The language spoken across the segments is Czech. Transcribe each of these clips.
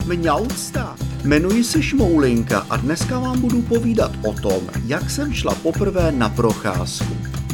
Mňaucta. Jmenuji se Šmoulinka a dneska vám budu povídat o tom, jak jsem šla poprvé na procházku.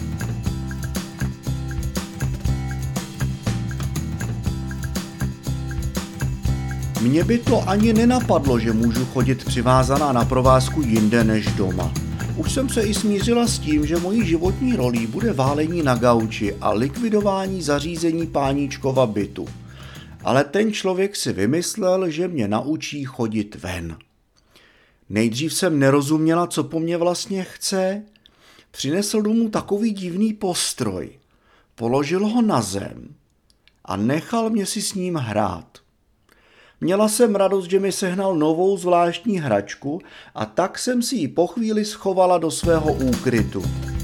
Mně by to ani nenapadlo, že můžu chodit přivázaná na provázku jinde než doma. Už jsem se i smířila s tím, že mojí životní rolí bude válení na gauči a likvidování zařízení páníčkova bytu. Ale ten člověk si vymyslel, že mě naučí chodit ven. Nejdřív jsem nerozuměla, co po mně vlastně chce. Přinesl domů takový divný postroj. Položil ho na zem a nechal mě si s ním hrát. Měla jsem radost, že mi sehnal novou zvláštní hračku a tak jsem si ji po chvíli schovala do svého úkrytu.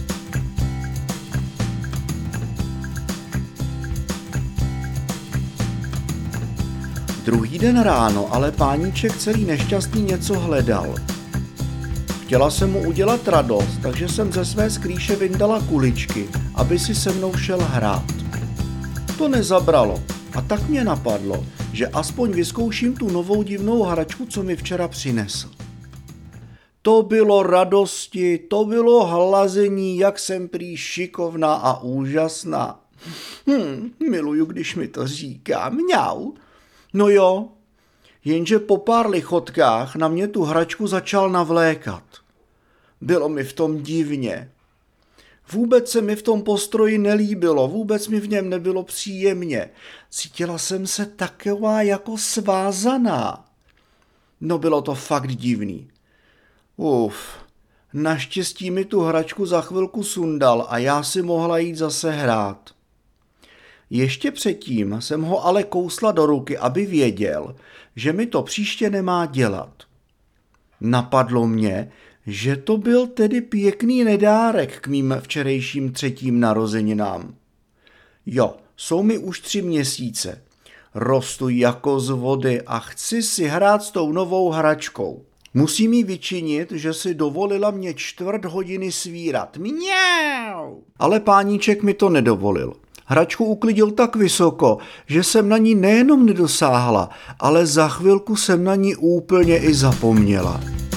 Druhý den ráno ale páníček celý nešťastný něco hledal. Chtěla jsem mu udělat radost, takže jsem ze své skrýše vyndala kuličky, aby si se mnou šel hrát. To nezabralo a tak mě napadlo, že aspoň vyzkouším tu novou divnou hračku, co mi včera přinesl. To bylo radosti, to bylo hlazení, jak jsem prý šikovná a úžasná. Miluju, když mi to říká, mňau. No jo, jenže po pár lichotkách na mě tu hračku začal navlékat. Bylo mi v tom divně. Vůbec se mi v tom postroji nelíbilo, vůbec mi v něm nebylo příjemně. Cítila jsem se taková jako svázaná. No bylo to fakt divný. Naštěstí mi tu hračku za chvilku sundal a já si mohla jít zase hrát. Ještě předtím jsem ho ale kousla do ruky, aby věděl, že mi to příště nemá dělat. Napadlo mě, že to byl tedy pěkný nedárek k mým včerejším 3. narozeninám. Jo, jsou mi už 3 měsíce. Rostu jako z vody a chci si hrát s tou novou hračkou. Musím jí vyčinit, že si dovolila mě 1/4 hodiny svírat. Mňau! Ale páníček mi to nedovolil. Hračku uklidil tak vysoko, že jsem na ní nejenom nedosáhla, ale za chvilku jsem na ní úplně i zapomněla.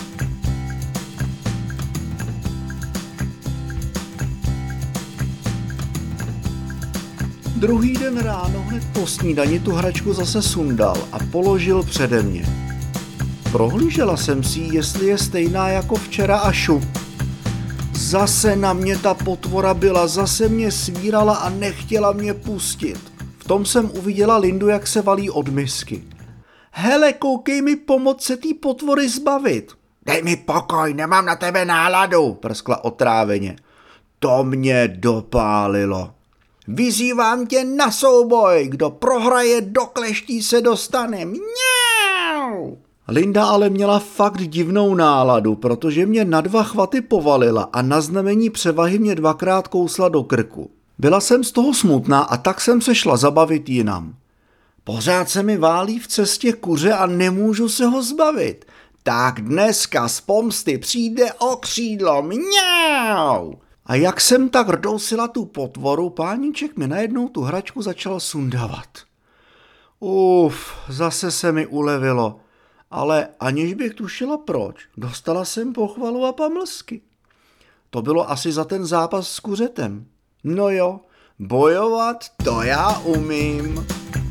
Druhý den ráno hned po snídani tu hračku zase sundal a položil přede mě. Prohlížela jsem si, jestli je stejná jako včera a šup. Zase na mě ta potvora byla, zase mě svírala a nechtěla mě pustit. V tom jsem uviděla Lindu, jak se valí od misky. Hele, koukej mi pomoct se té potvory zbavit. Dej mi pokoj, nemám na tebe náladu, prskla otráveně. To mě dopálilo. Vyzývám tě na souboj, kdo prohraje, do kleští se dostane. Mňau! Linda ale měla fakt divnou náladu, protože mě na 2 chvaty povalila a na znamení převahy mě 2krát kousla do krku. Byla jsem z toho smutná a tak jsem se šla zabavit jinam. Pořád se mi válí v cestě kuře a nemůžu se ho zbavit. Tak dneska z pomsty přijde o křídlo. Mňau! A jak jsem tak rdousila tu potvoru, páníček mi najednou tu hračku začal sundavat. Zase se mi ulevilo. Ale aniž bych tušila proč, dostala jsem pochvalu a pamlsky. To bylo asi za ten zápas s kuřetem. No jo, bojovat to já umím.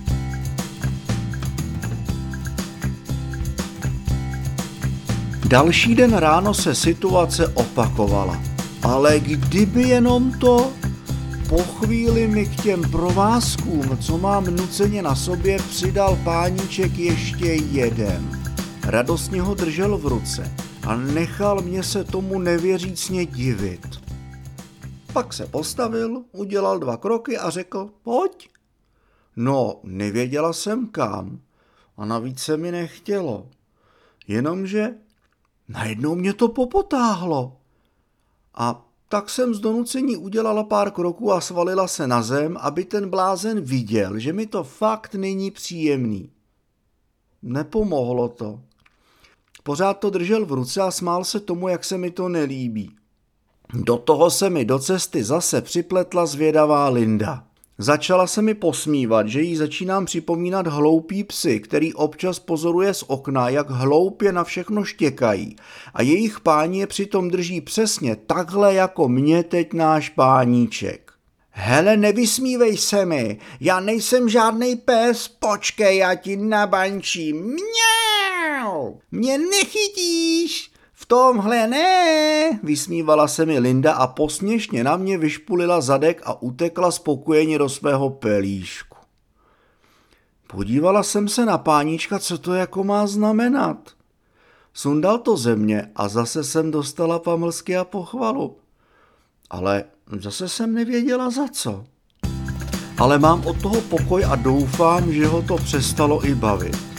Další den ráno se situace opakovala. Ale kdyby jenom to, po chvíli mi k těm provázkům, co mám nuceně na sobě, přidal páníček ještě jeden. Radostně ho držel v ruce a nechal mě se tomu nevěřícně divit. Pak se postavil, udělal 2 kroky a řekl, pojď. No, nevěděla jsem kam a navíc se mi nechtělo. Jenomže najednou mě to popotáhlo. A tak jsem z donucení udělala pár kroků a svalila se na zem, aby ten blázen viděl, že mi to fakt není příjemný. Nepomohlo to. Pořád to držel v ruce a smál se tomu, jak se mi to nelíbí. Do toho se mi do cesty zase připletla zvědavá Linda. Začala se mi posmívat, že jí začínám připomínat hloupý psy, který občas pozoruje z okna, jak hloupě na všechno štěkají a jejich páni je přitom drží přesně takhle jako mě teď náš páníček. Hele, nevysmívej se mi, já nejsem žádnej pes, počkej, já ti nabančím. Mňau! Mě nechytíš! V tomhle ne, vysmívala se mi Linda a posměšně na mě vyšpulila zadek a utekla spokojeně do svého pelíšku. Podívala jsem se na páníčka, co to jako má znamenat. Sundal to ze mě a zase jsem dostala pamlsky a pochvalu. Ale zase jsem nevěděla za co. Ale mám od toho pokoj a doufám, že ho to přestalo i bavit.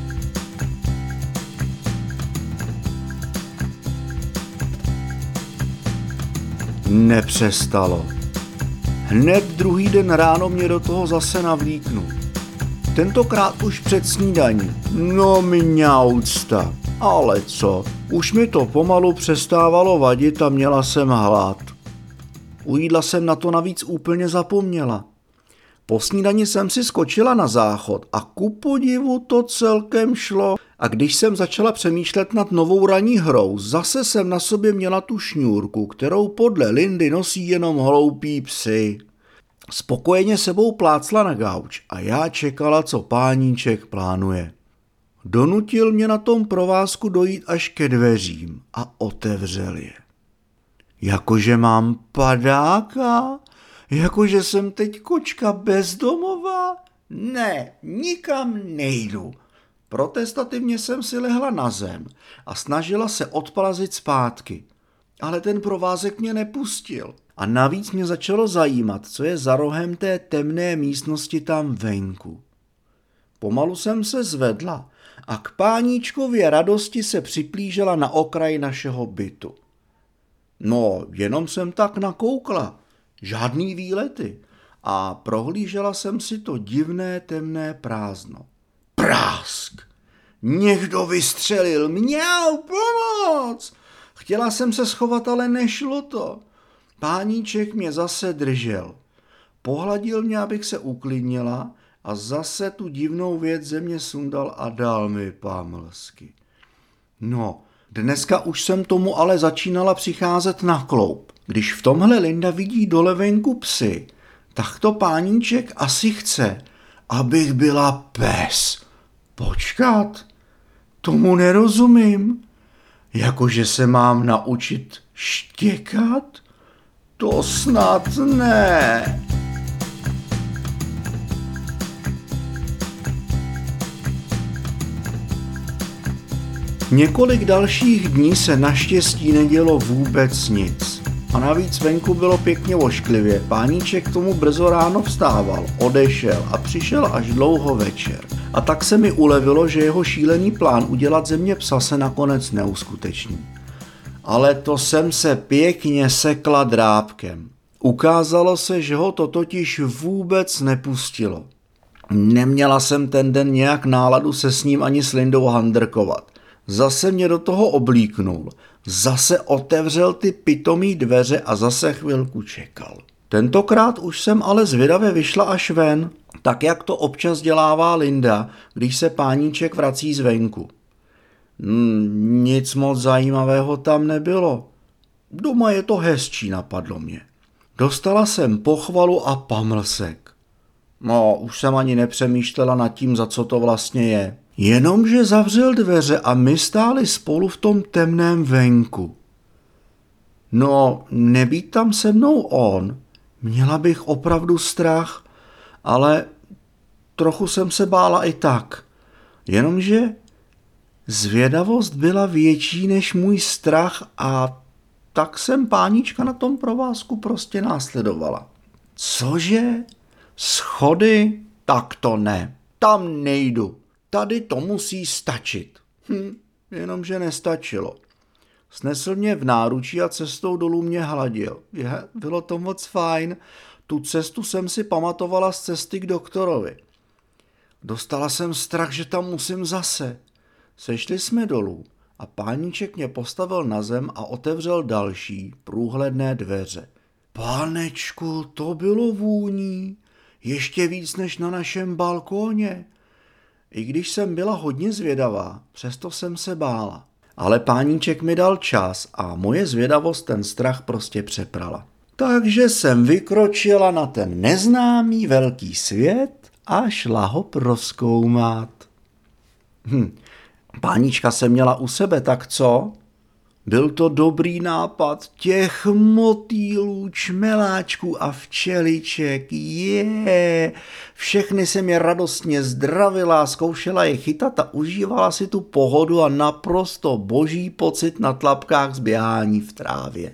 Nepřestalo. Hned druhý den ráno mě do toho zase navlíknul. Tentokrát už před snídaní. No mňaucta. Ale co, už mi to pomalu přestávalo vadit a měla jsem hlad. U jídla jsem na to navíc úplně zapomněla. Po snídani jsem si skočila na záchod a ku podivu to celkem šlo. A když jsem začala přemýšlet nad novou ranní hrou, zase jsem na sobě měla tu šňůrku, kterou podle Lindy nosí jenom hloupí psy. Spokojeně sebou plácla na gauč a já čekala, co páníček plánuje. Donutil mě na tom provázku dojít až ke dveřím a otevřel je. Jakože mám padáka? Jakože jsem teď kočka bezdomová? Ne, nikam nejdu. Protestativně jsem si lehla na zem a snažila se odplazit zpátky. Ale ten provázek mě nepustil. A navíc mě začalo zajímat, co je za rohem té temné místnosti tam venku. Pomalu jsem se zvedla a k páníčkově radosti se připlížela na okraj našeho bytu. No, jenom jsem tak nakoukla. Žádný výlety. A prohlížela jsem si to divné temné prázdno. Prásk! Někdo vystřelil. Mňau, pomoc! Chtěla jsem se schovat, ale nešlo to. Páníček mě zase držel. Pohladil mě, abych se uklidnila a zase tu divnou věc ze mě sundal a dal mi pamlsky. No, dneska už jsem tomu ale začínala přicházet na kloub. Když v tomhle Linda vidí dole venku psy, tak to páníček asi chce, abych byla pes. Počkat, tomu nerozumím. Jakože se mám naučit štěkat? To snad ne. Několik dalších dní se naštěstí nedělo vůbec nic. A navíc venku bylo pěkně ošklivě. Páníček tomu brzo ráno vstával, odešel a přišel až dlouho večer. A tak se mi ulevilo, že jeho šílený plán udělat ze mě psa se nakonec neuskuteční. Ale to jsem se pěkně sekla drápkem. Ukázalo se, že ho to totiž vůbec nepustilo. Neměla jsem ten den nějak náladu se s ním ani s Lindou handrkovat. Zase mě do toho oblíknul, zase otevřel ty pitomý dveře a zase chvilku čekal. Tentokrát už jsem ale zvědavě vyšla až ven, tak jak to občas dělává Linda, když se páníček vrací zvenku. Nic moc zajímavého tam nebylo. Doma je to hezčí, napadlo mě. Dostala jsem pochvalu a pamlsek. No, už jsem ani nepřemýšlela nad tím, za co to vlastně je. Jenomže zavřel dveře a my stáli spolu v tom temném venku. No, nebýt tam se mnou on, měla bych opravdu strach, ale trochu jsem se bála i tak. Jenomže zvědavost byla větší než můj strach a tak jsem páníčka na tom provázku prostě následovala. Cože? Schody? Tak to ne. Tam nejdu. Tady to musí stačit. Jenomže nestačilo. Snesl mě v náručí a cestou dolů mě hladil. Bylo to moc fajn. Tu cestu jsem si pamatovala z cesty k doktorovi. Dostala jsem strach, že tam musím zase. Sešli jsme dolů a páníček mě postavil na zem a otevřel další průhledné dveře. Pánečku, to bylo vůní. Ještě víc než na našem balkóně. I když jsem byla hodně zvědavá, přesto jsem se bála. Ale páníček mi dal čas a moje zvědavost ten strach prostě přeprala. Takže jsem vykročila na ten neznámý velký svět a šla ho prozkoumat. Pánička se měla u sebe, tak co? Byl to dobrý nápad těch motýlů, čmeláčků a včeliček. Všechny jsem je radostně zdravila, zkoušela je chytat a užívala si tu pohodu a naprosto boží pocit na tlapkách z běhání v trávě.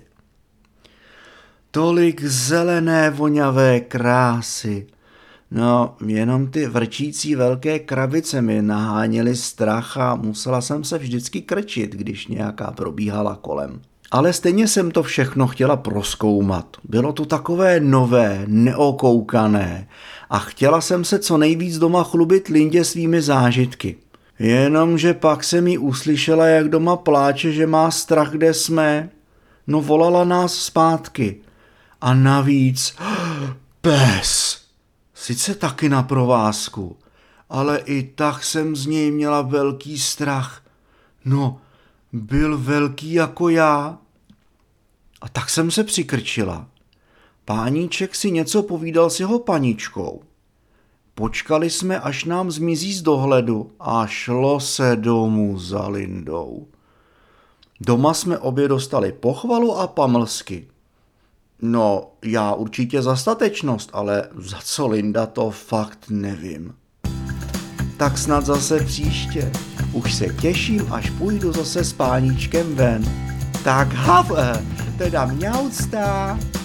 Tolik zelené voňavé krásy. No, jenom ty vrčící velké krabice mi naháněly strach a musela jsem se vždycky krčit, když nějaká probíhala kolem. Ale stejně jsem to všechno chtěla prozkoumat. Bylo to takové nové, neokoukané a chtěla jsem se co nejvíc doma chlubit Lindě svými zážitky. Jenomže pak jsem jí uslyšela, jak doma pláče, že má strach, kde jsme. No, volala nás zpátky. A navíc pes. Sice taky na provázku, ale i tak jsem z něj měla velký strach. No, byl velký jako já. A tak jsem se přikrčila. Páníček si něco povídal s jeho paničkou. Počkali jsme, až nám zmizí z dohledu a šlo se domů za Lindou. Doma jsme obě dostali pochvalu a pamlsky. No, já určitě za statečnost, ale za co Linda, to fakt nevím. Tak snad zase příště. Už se těším, až půjdu zase s páníčkem ven. Tak have, teda mňaucta.